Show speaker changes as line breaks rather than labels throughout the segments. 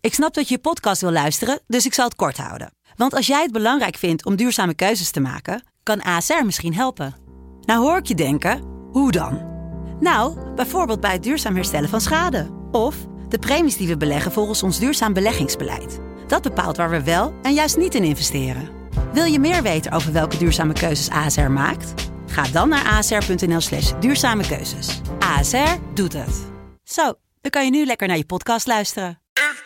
Ik snap dat je podcast wil luisteren, dus ik zal het kort houden. Want als jij het belangrijk vindt om duurzame keuzes te maken, kan ASR misschien helpen. Nou hoor ik je denken, hoe dan? Nou, bijvoorbeeld bij het duurzaam herstellen van schade. Of de premies die we beleggen volgens ons duurzaam beleggingsbeleid. Dat bepaalt waar we wel en juist niet in investeren. Wil je meer weten over welke duurzame keuzes ASR maakt? Ga dan naar asr.nl/duurzame keuzes. ASR doet het. Zo, dan kan je nu lekker naar je podcast luisteren.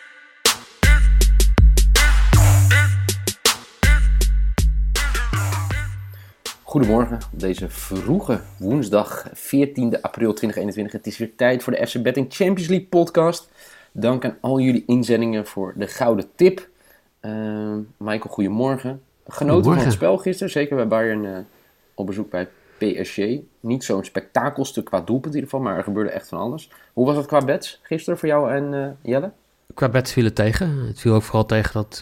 Goedemorgen op deze vroege woensdag 14 april 2021. Het is weer tijd voor de FC Betting Champions League podcast. Dank aan al jullie inzendingen voor de gouden tip. Michael, goedemorgen. Genoten van het spel gisteren, zeker bij Bayern op bezoek bij PSG. Niet zo'n spektakelstuk qua doelpunt in ieder geval, maar er gebeurde echt van alles. Hoe was het qua bets gisteren voor jou en Jelle?
Qua bets viel het tegen. Het viel ook vooral tegen dat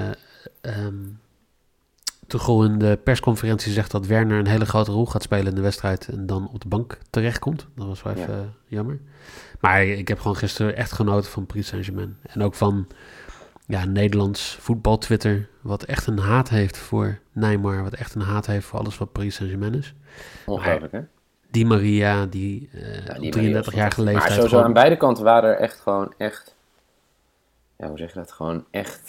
Tuchel in de persconferentie zegt dat Werner een hele grote rol gaat spelen in de wedstrijd en dan op de bank terechtkomt. Dat was wel even jammer. Maar ik heb gewoon gisteren echt genoten van Paris Saint-Germain. En ook van Nederlands voetbal Twitter, wat echt een haat heeft voor Neymar, wat echt een haat heeft voor alles wat Paris Saint-Germain is.
Ongelooflijk, hè?
Di Maria, die 33 jaar geleden.
Maar sowieso aan beide kanten waren er echt gewoon echt... Ja, hoe zeg je dat? Gewoon echt...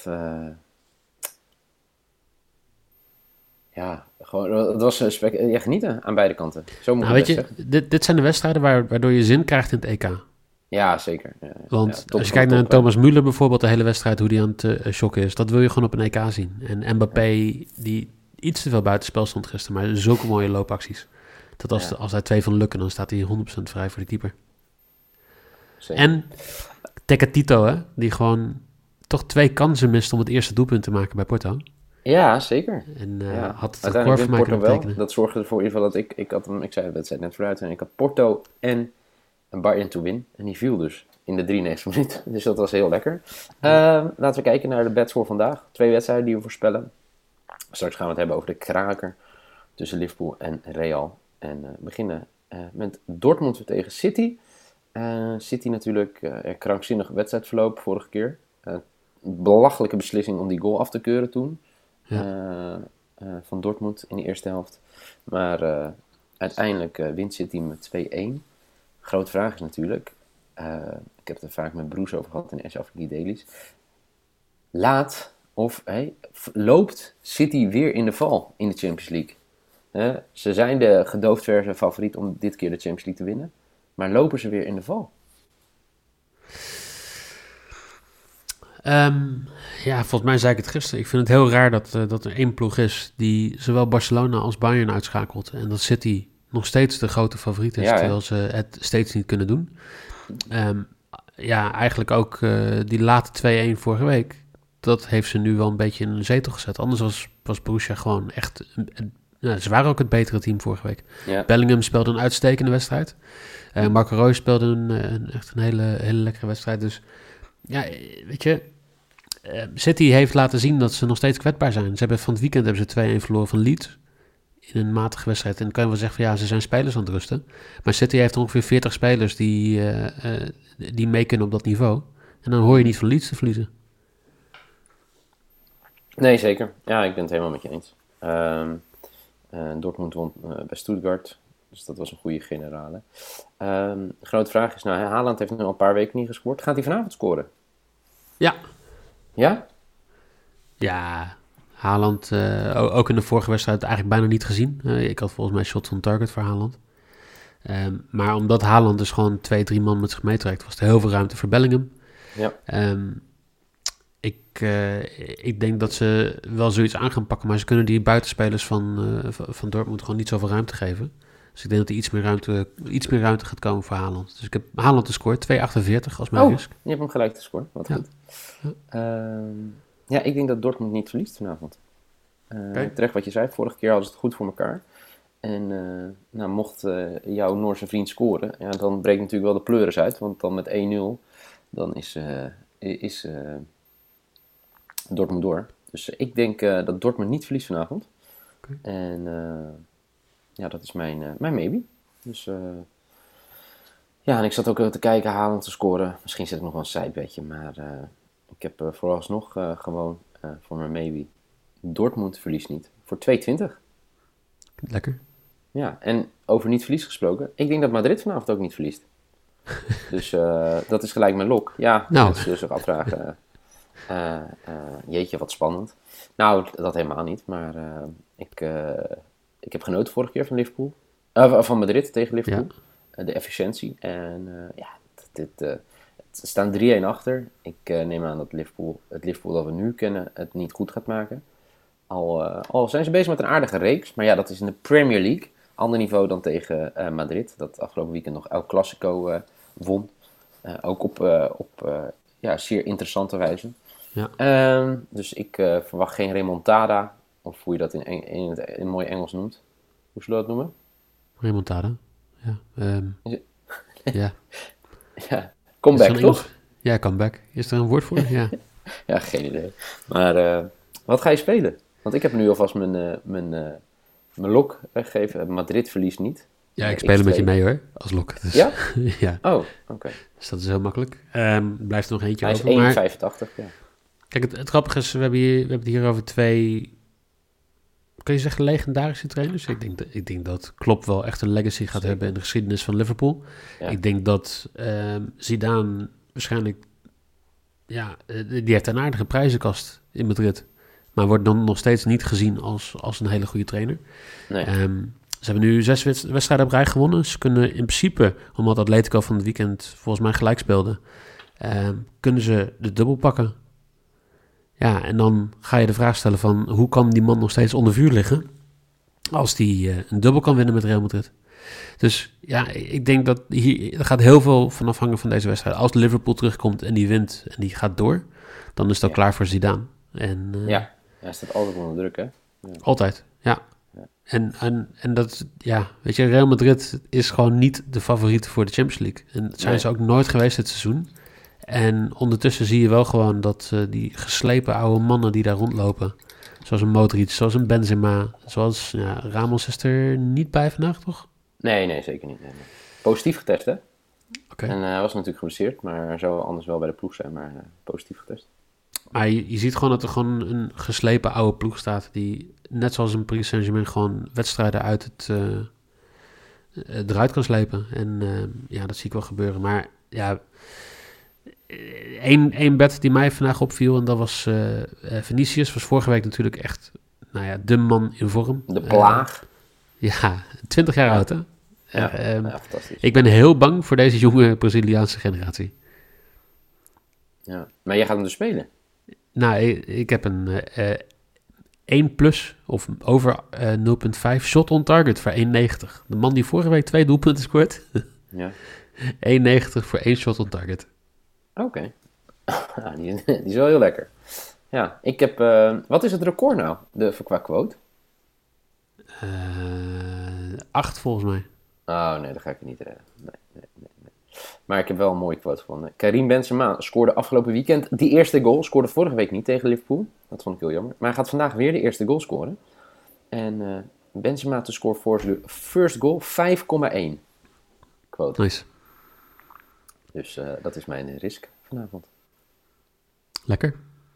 het was genieten aan beide kanten. Zo moet ik het zeggen.
Dit zijn de wedstrijden waardoor je zin krijgt in het EK.
Ja, zeker. Ja,
want als je kijkt naar Thomas Müller bijvoorbeeld, de hele wedstrijd, hoe die aan het shocken is, dat wil je gewoon op een EK zien. En Mbappé, die iets te veel buitenspel stond gisteren, maar zulke mooie loopacties. Dat als hij 2 van lukken, dan staat hij 100% vrij voor de keeper. Zeker. En Tecatito, hè, die gewoon toch 2 kansen mist om het eerste doelpunt te maken bij Porto.
Ja, zeker.
En had het
record
voor mij kunnen betekenen.
Dat zorgde ervoor in ieder geval dat ik zei de wedstrijd net vooruit, en ik had Porto en Bayern to win. En die viel dus in de 93 minuten. Dus dat was heel lekker. Laten we kijken naar de bets voor vandaag. 2 wedstrijden die we voorspellen. Straks gaan we het hebben over de kraker tussen Liverpool en Real. En beginnen met Dortmund tegen City. City natuurlijk krankzinnig wedstrijdverloop vorige keer. Belachelijke beslissing om die goal af te keuren toen. Van Dortmund in de eerste helft. Maar uiteindelijk wint City met 2-1. Grote vraag is natuurlijk, ik heb het er vaak met Broes over gehad in de Afrika Dailies. Loopt City weer in de val in de Champions League? Ze zijn de gedoofdverse favoriet om dit keer de Champions League te winnen. Maar lopen ze weer in de val?
Volgens mij zei ik het gisteren. Ik vind het heel raar dat er 1 ploeg is die zowel Barcelona als Bayern uitschakelt. En dat City nog steeds de grote favoriet is, terwijl ze het steeds niet kunnen doen. Eigenlijk ook die late 2-1 vorige week. Dat heeft ze nu wel een beetje in een zetel gezet. Anders was Borussia gewoon echt... ze waren ook het betere team vorige week. Ja. Bellingham speelde een uitstekende wedstrijd. Marco Reus speelde echt een hele lekkere wedstrijd. Dus ja, weet je... City heeft laten zien dat ze nog steeds kwetsbaar zijn. Ze hebben van het weekend 2-1 verloren van Leeds in een matige wedstrijd. En dan kan je wel zeggen van ze zijn spelers aan het rusten. Maar City heeft ongeveer 40 spelers die mee kunnen op dat niveau. En dan hoor je niet van Leeds te verliezen.
Nee, zeker. Ja, ik ben het helemaal met je eens. Dortmund won bij Stuttgart. Dus dat was een goede generale. De grote vraag is, Haaland heeft nu al een paar weken niet gescoord. Gaat hij vanavond scoren?
Ja.
Ja?
Ja, Haaland, ook in de vorige wedstrijd eigenlijk bijna niet gezien. Ik had volgens mij shots on target voor Haaland. Maar omdat Haaland dus gewoon 2-3 man met zich meetrekt, was er heel veel ruimte voor Bellingham.
Ja.
Ik denk dat ze wel zoiets aan gaan pakken, maar ze kunnen die buitenspelers van Dortmund gewoon niet zoveel ruimte geven. Dus ik denk dat er iets meer ruimte gaat komen voor Haaland. Dus ik heb Haaland te scoren, 2,48 als mijn risk.
Je hebt hem gelijk te scoren, wat goed. Ik denk dat Dortmund niet verliest vanavond. Terecht wat je zei, vorige keer hadden ze het goed voor elkaar. En mocht jouw Noorse vriend scoren, dan breekt natuurlijk wel de pleuris uit. Want dan met 1-0, dan is Dortmund door. Dus ik denk dat Dortmund niet verliest vanavond. Okay. En dat is mijn maybe. Dus en ik zat ook te kijken, Haaland te scoren. Misschien zit ik nog wel een sidebedje, maar Ik heb vooralsnog gewoon voor mijn maybe Dortmund verliest niet. Voor 2,20.
Lekker.
Ja, en over niet verlies gesproken. Ik denk dat Madrid vanavond ook niet verliest. Dus dat is gelijk mijn lok. Ja,
Nou.
dat zullen zich afvragen. Jeetje, wat spannend. Nou, dat helemaal niet. Maar ik heb genoten vorige keer van Liverpool. Van Madrid tegen Liverpool. De efficiëntie. En het staan 3-1 achter. Ik neem aan dat het Liverpool dat we nu kennen het niet goed gaat maken. Al zijn ze bezig met een aardige reeks. Maar ja, dat is in de Premier League. Ander niveau dan tegen Madrid. Dat afgelopen weekend nog El Clasico won. Ook op zeer interessante wijze.
Ja.
Dus ik verwacht geen remontada. Of hoe je dat in mooi Engels noemt. Hoe zullen we dat noemen?
Remontada. Ja. Ja.
Ja, comeback toch?
Ja, comeback. Is er een woord voor? Ja.
Ja, geen idee. Maar wat ga je spelen? Want ik heb nu alvast mijn lok weggegeven. Madrid verliest niet.
Ja, ik speel hem met je mee hoor, als lok. Dus,
ja?
Ja.
Oh, oké.
Dus dat is heel makkelijk. Blijft er nog eentje
Hij
over.
is 1,85, ja.
Kijk, het grappige is, we hebben het hier over 2... Kun je zeggen legendarische trainers? Ik denk dat Klopp wel echt een legacy gaat hebben in de geschiedenis van Liverpool. Ja. Ik denk dat Zidane waarschijnlijk... Ja, die heeft een aardige prijzenkast in Madrid. Maar wordt dan nog steeds niet gezien als een hele goede trainer.
Nee.
Ze hebben nu 6 wedstrijden op rij gewonnen. Ze kunnen in principe, omdat Atletico van het weekend volgens mij gelijk speelde... kunnen ze de dubbel pakken. Ja, en dan ga je de vraag stellen van... hoe kan die man nog steeds onder vuur liggen... als die een dubbel kan winnen met Real Madrid. Dus ja, ik denk dat er gaat heel veel van afhangen van deze wedstrijd. Als Liverpool terugkomt en die wint en die gaat door... dan is het al klaar voor Zidane. En,
hij staat altijd onder druk, hè? Ja.
Altijd, ja. En dat, ja, weet je, Real Madrid is gewoon niet de favoriet voor de Champions League. En dat zijn ze ook nooit geweest dit seizoen. En ondertussen zie je wel gewoon dat die geslepen oude mannen die daar rondlopen... zoals een Modric, zoals een Benzema, zoals Ramos is er niet bij vandaag, toch?
Nee, zeker niet. Nee. Positief getest, hè?
Okay.
En hij was natuurlijk geblesseerd, maar zou anders wel bij de ploeg zijn, maar positief getest.
Maar je ziet gewoon dat er gewoon een geslepen oude ploeg staat... die net zoals een Paris Saint-Germain gewoon wedstrijden uit eruit kan slepen. En dat zie ik wel gebeuren. Maar ja, één bet die mij vandaag opviel... en dat was Vinicius. Was vorige week natuurlijk echt de man in vorm.
De plaag.
20 jaar oud, hè?
Fantastisch.
Ik ben heel bang voor deze jonge Braziliaanse generatie.
Ja, maar jij gaat hem dus spelen?
Nou, ik heb een 1 plus of over 0,5 shot on target voor 1,90. De man die vorige week 2 doelpunten scoort.
Ja.
1,90 voor 1 shot on target.
Oké. Die is wel heel lekker. Ja, ik heb... wat is het record nou, qua quote?
8 volgens mij.
Oh, nee, dat ga ik niet redden. Nee. Maar ik heb wel een mooie quote gevonden. Karim Benzema scoorde afgelopen weekend die eerste goal. Scoorde vorige week niet tegen Liverpool. Dat vond ik heel jammer. Maar hij gaat vandaag weer de eerste goal scoren. En Benzema to score for the first goal 5,1. Quote.
Nice.
Dus dat is mijn risk vanavond.
Lekker.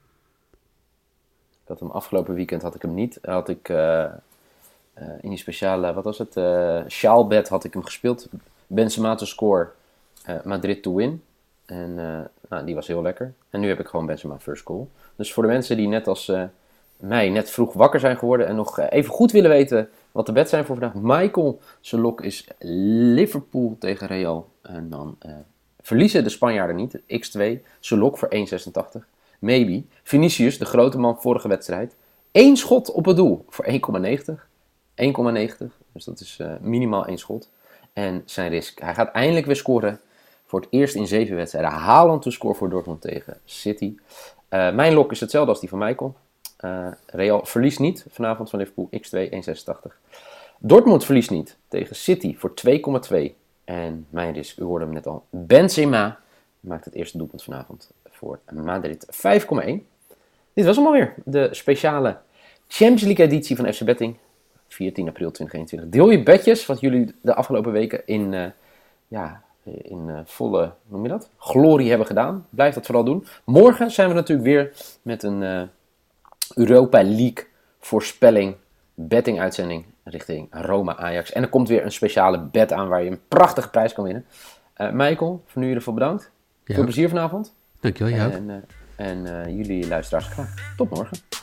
Ik had hem afgelopen weekend had ik hem niet. Had ik in die speciale, wat was het? Sjaalbed had ik hem gespeeld. Benzema to score, Madrid to win. En die was heel lekker. En nu heb ik gewoon Benzema first goal. Dus voor de mensen die net als mij net vroeg wakker zijn geworden en nog even goed willen weten wat de bets zijn voor vandaag. Michael, zijn lok is Liverpool tegen Real. En dan verliezen de Spanjaarden niet. X2, zijn lok voor 1,86. Maybe. Vinicius, de grote man vorige wedstrijd. 1 schot op het doel voor 1,90. 1,90. Dus dat is minimaal 1 schot. En zijn risk. Hij gaat eindelijk weer scoren. Voor het eerst in 7 wedstrijden. Haaland to score voor Dortmund tegen City. Mijn lok is hetzelfde als die van Michael. Real verliest niet vanavond van Liverpool. X2, 1,86. Dortmund verliest niet tegen City voor 2,2. En mijn risk, u hoorde hem net al. Benzema maakt het eerste doelpunt vanavond voor Madrid. 5,1. Dit was hem alweer. De speciale Champions League editie van FC Betting. 14 april 2021. Deel je betjes wat jullie de afgelopen weken in in volle, noem je dat? Glorie hebben gedaan. Blijf dat vooral doen. Morgen zijn we natuurlijk weer met een Europa League voorspelling, betting uitzending richting Roma Ajax. En er komt weer een speciale bet aan waar je een prachtige prijs kan winnen. Michael, voor nu in ieder geval bedankt. Veel plezier vanavond.
Dankjewel, Joop.
En jullie luisteraars graag. Tot morgen.